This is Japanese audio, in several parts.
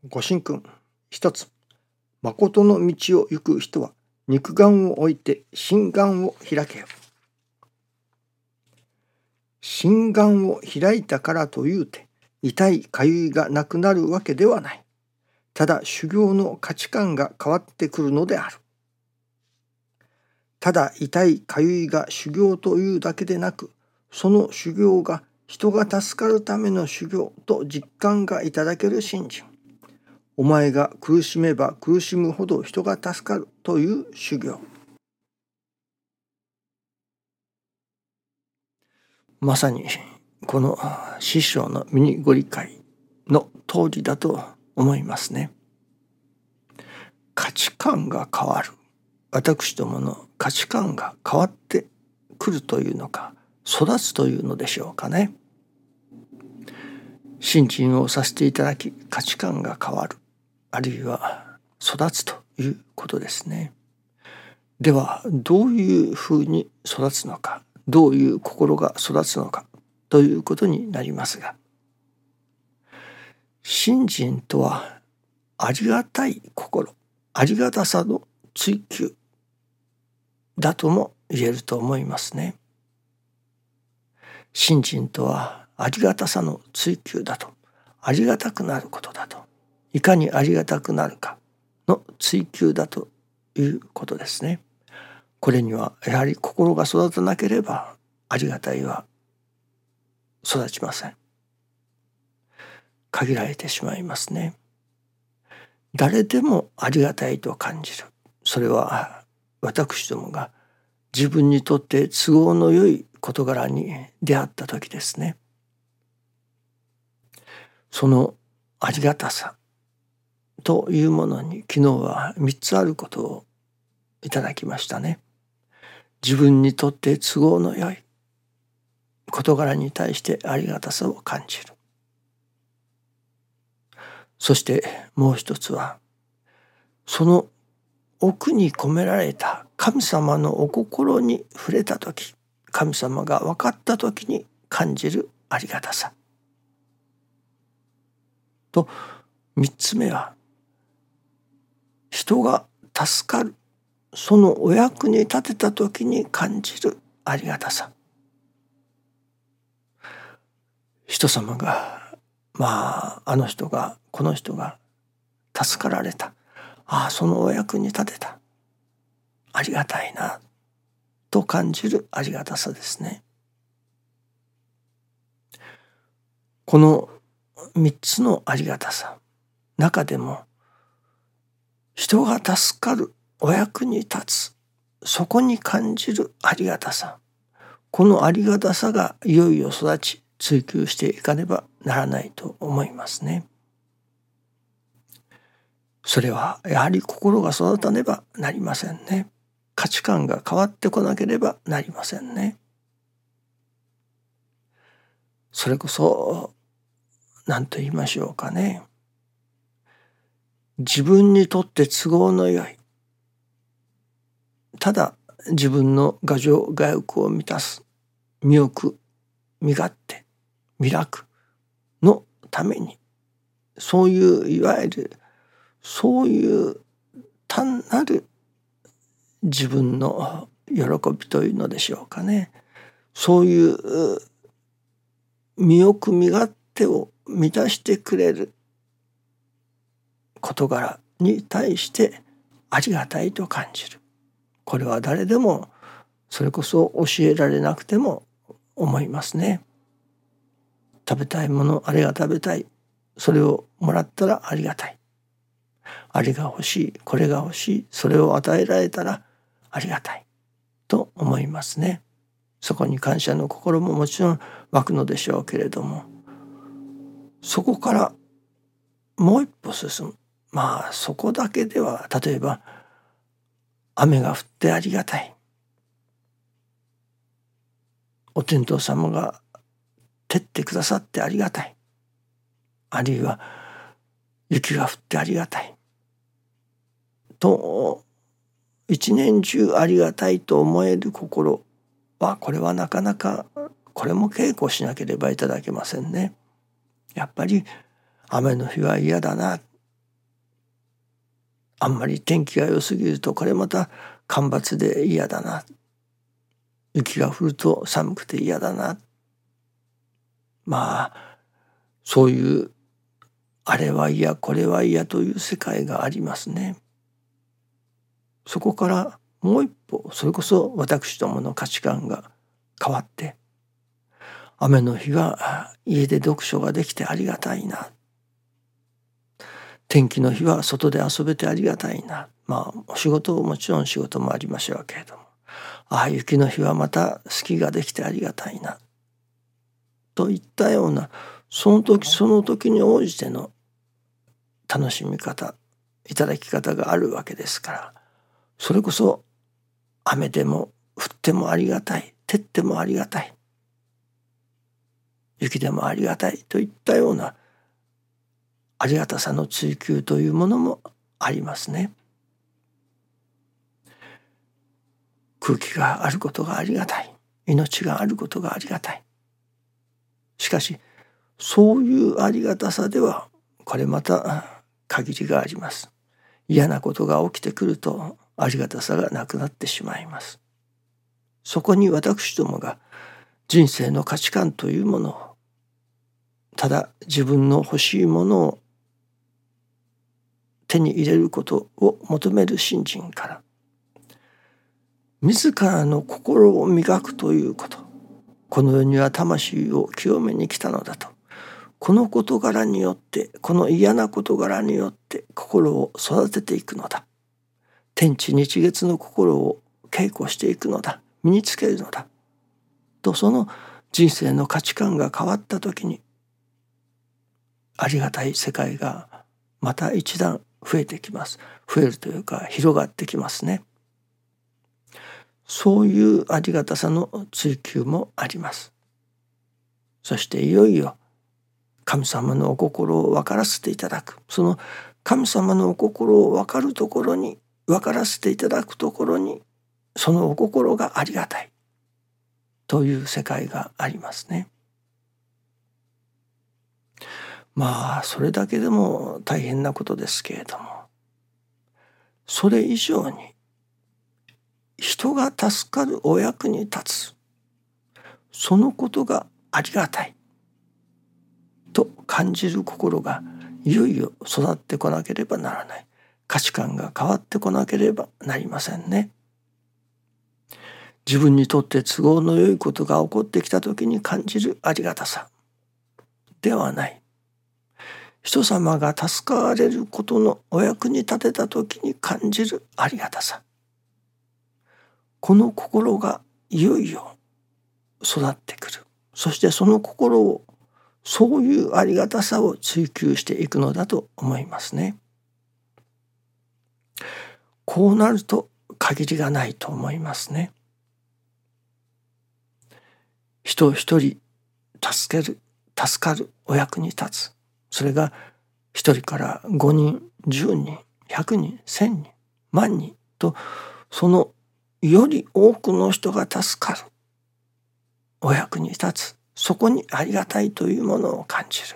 ご神君。一つ、誠の道を行く人は肉眼を置いて心眼を開けよ。心眼を開いたからというて痛いかゆいがなくなるわけではない。ただ修行の価値観が変わってくるのである。ただ痛いかゆいが修行というだけでなく、その修行が人が助かるための修行と実感がいただける信心。お前が苦しめば苦しむほど人が助かるという修行。まさにこの師匠のミニご理解の通りだと思いますね。価値観が変わる。私どもの価値観が変わってくるというのか、育つというのでしょうかね。信心をさせていただき、価値観が変わる、あるいは育つということですね。ではどういうふうに育つのか、どういう心が育つのかということになりますが、信心とはありがたい心、ありがたさの追求だとも言えると思いますね。信心とはありがたさの追求だと、ありがたくなることだと、いかにありがたくなるかの追求だということですね。これにはやはり心が育たなければありがたいは育ちません。限られてしまいますね。誰でもありがたいと感じる。それは私どもが自分にとって都合の良い事柄に出会った時ですね。そのありがたさというものに昨日は3つあることをいただきましたね。自分にとって都合の良い事柄に対してありがたさを感じる。そしてもう一つは、その奥に込められた神様のお心に触れたとき、神様が分かったときに感じるありがたさ。と、3つ目は、人が助かる、そのお役に立てたときに感じるありがたさ。人様が、あの人が、この人が助かられた。そのお役に立てた。ありがたいな、と感じるありがたさですね。この3つのありがたさ、中でも、人が助かる、お役に立つ、そこに感じるありがたさ。このありがたさがいよいよ育ち、追求していかねばならないと思いますね。それはやはり心が育たねばなりませんね。価値観が変わってこなければなりませんね。それこそ何と言いましょうかね。自分にとって都合のよい、ただ自分の我情我欲を満たす、身よく身勝手身楽のために、そういういわゆるそういう単なる自分の喜びというのでしょうかね。そういう身よく身勝手を満たしてくれる事柄に対してありがたいと感じる。これは誰でもそれこそ教えられなくても思いますね。食べたいもの、あれが食べたい、それをもらったらありがたい。あれが欲しい、これが欲しい、それを与えられたらありがたいと思いますね。そこに感謝の心ももちろん湧くのでしょうけれども、そこからもう一歩進む。そこだけでは、例えば雨が降ってありがたい、お天道様が照ってくださってありがたい、あるいは雪が降ってありがたいと、一年中ありがたいと思える心は、これはなかなか、これも稽古しなければいただけませんね。やっぱり雨の日は嫌だな、 あんまり天気が良すぎるとこれまた干ばつで嫌だな、雪が降ると寒くて嫌だな、まあそういうあれは嫌これは嫌という世界がありますね。そこからもう一歩、それこそ私どもの価値観が変わって、雨の日は家で読書ができてありがたいな、天気の日は外で遊べてありがたいな、お仕事もちろん仕事もありましょうけれども、雪の日はまたスキーができてありがたいなといったような、その時その時に応じての楽しみ方、いただき方があるわけですから、それこそ雨でも降ってもありがたい、照ってもありがたい、雪でもありがたいといったようなありがたさの追求というものもありますね。空気があることがありがたい、命があることがありがたい。しかしそういうありがたさではこれまた限りがあります。嫌なことが起きてくるとありがたさがなくなってしまいます。そこに私どもが人生の価値観というものを、ただ自分の欲しいものを手に入れることを求める信心から、自らの心を磨くということ、この世には魂を清めに来たのだと、この事柄によって、この嫌な事柄によって心を育てていくのだ、天地日月の心を稽古していくのだ、身につけるのだと、その人生の価値観が変わった時に、ありがたい世界がまた一段増えてきます。増えるというか広がってきますね。そういうありがたさの追求もあります。そしていよいよ神様のお心を分からせていただく、その神様のお心を分かるところに、分からせていただくところに、そのお心がありがたいという世界がありますね。それだけでも大変なことですけれども、それ以上に人が助かるお役に立つ、そのことがありがたいと感じる心がいよいよ育ってこなければならない。価値観が変わってこなければなりませんね。自分にとって都合の良いことが起こってきた時に感じるありがたさではない。人様が助かれることのお役に立てた時に感じるありがたさ。この心がいよいよ育ってくる。そしてその心を、そういうありがたさを追求していくのだと思いますね。こうなると限りがないと思いますね。人一人助かるお役に立つ。それが一人から5人、10人、100人、1000人、万人と、そのより多くの人が助かるお役に立つ。そこにありがたいというものを感じる。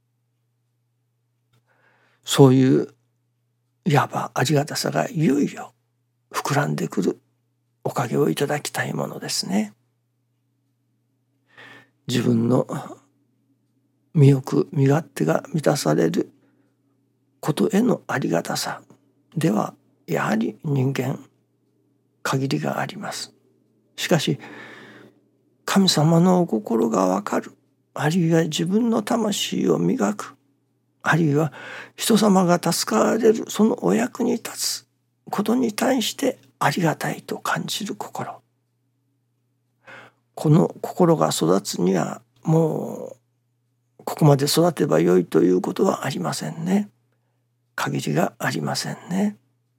そういういわばありがたさがいよいよ膨らんでくるおかげをいただきたいものですね。自分の身欲身勝手が満たされることへのありがたさではやはり人間限りがあります。しかし神様のお心がわかる、あるいは自分の魂を磨く、あるいは人様が助かられるそのお役に立つことに対してありがたいと感じる心、この心が育つにはもうここまで育てばよいということはありませんね。限りがありませんね。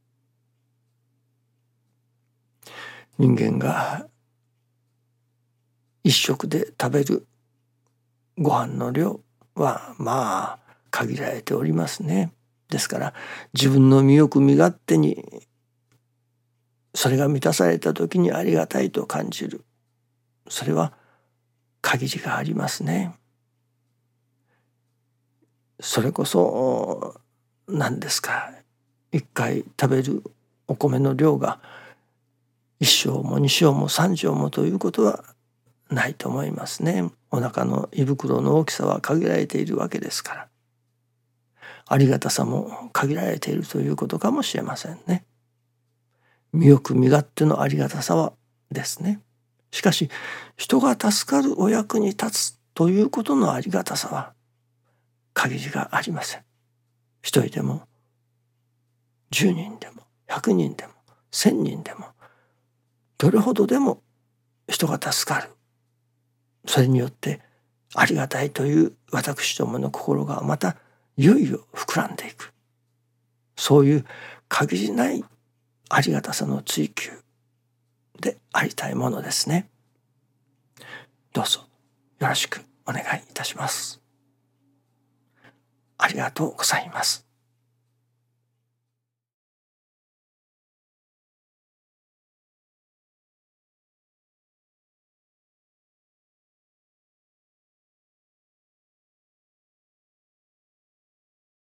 人間が一食で食べるご飯の量は限られておりますね。ですから自分の身欲身勝手にそれが満たされた時にありがたいと感じる、それは限りがありますね。それこそ何ですか、 一回食べるお米の量が1升も2升も3升もということはないと思いますね。お腹の胃袋の大きさは限られているわけですから、ありがたさも限られているということかもしれませんね。身よく身勝手のありがたさはですね。しかし人が助かるお役に立つということのありがたさは限りがありません。一人でも10人でも100人でも1000人でもどれほどでも人が助かる。それによってありがたいという私どもの心がまたいよいよ膨らんでいく。そういう限りないありがたさの追求でありたいものですね。どうぞよろしくお願いいたします。ありがとうございます。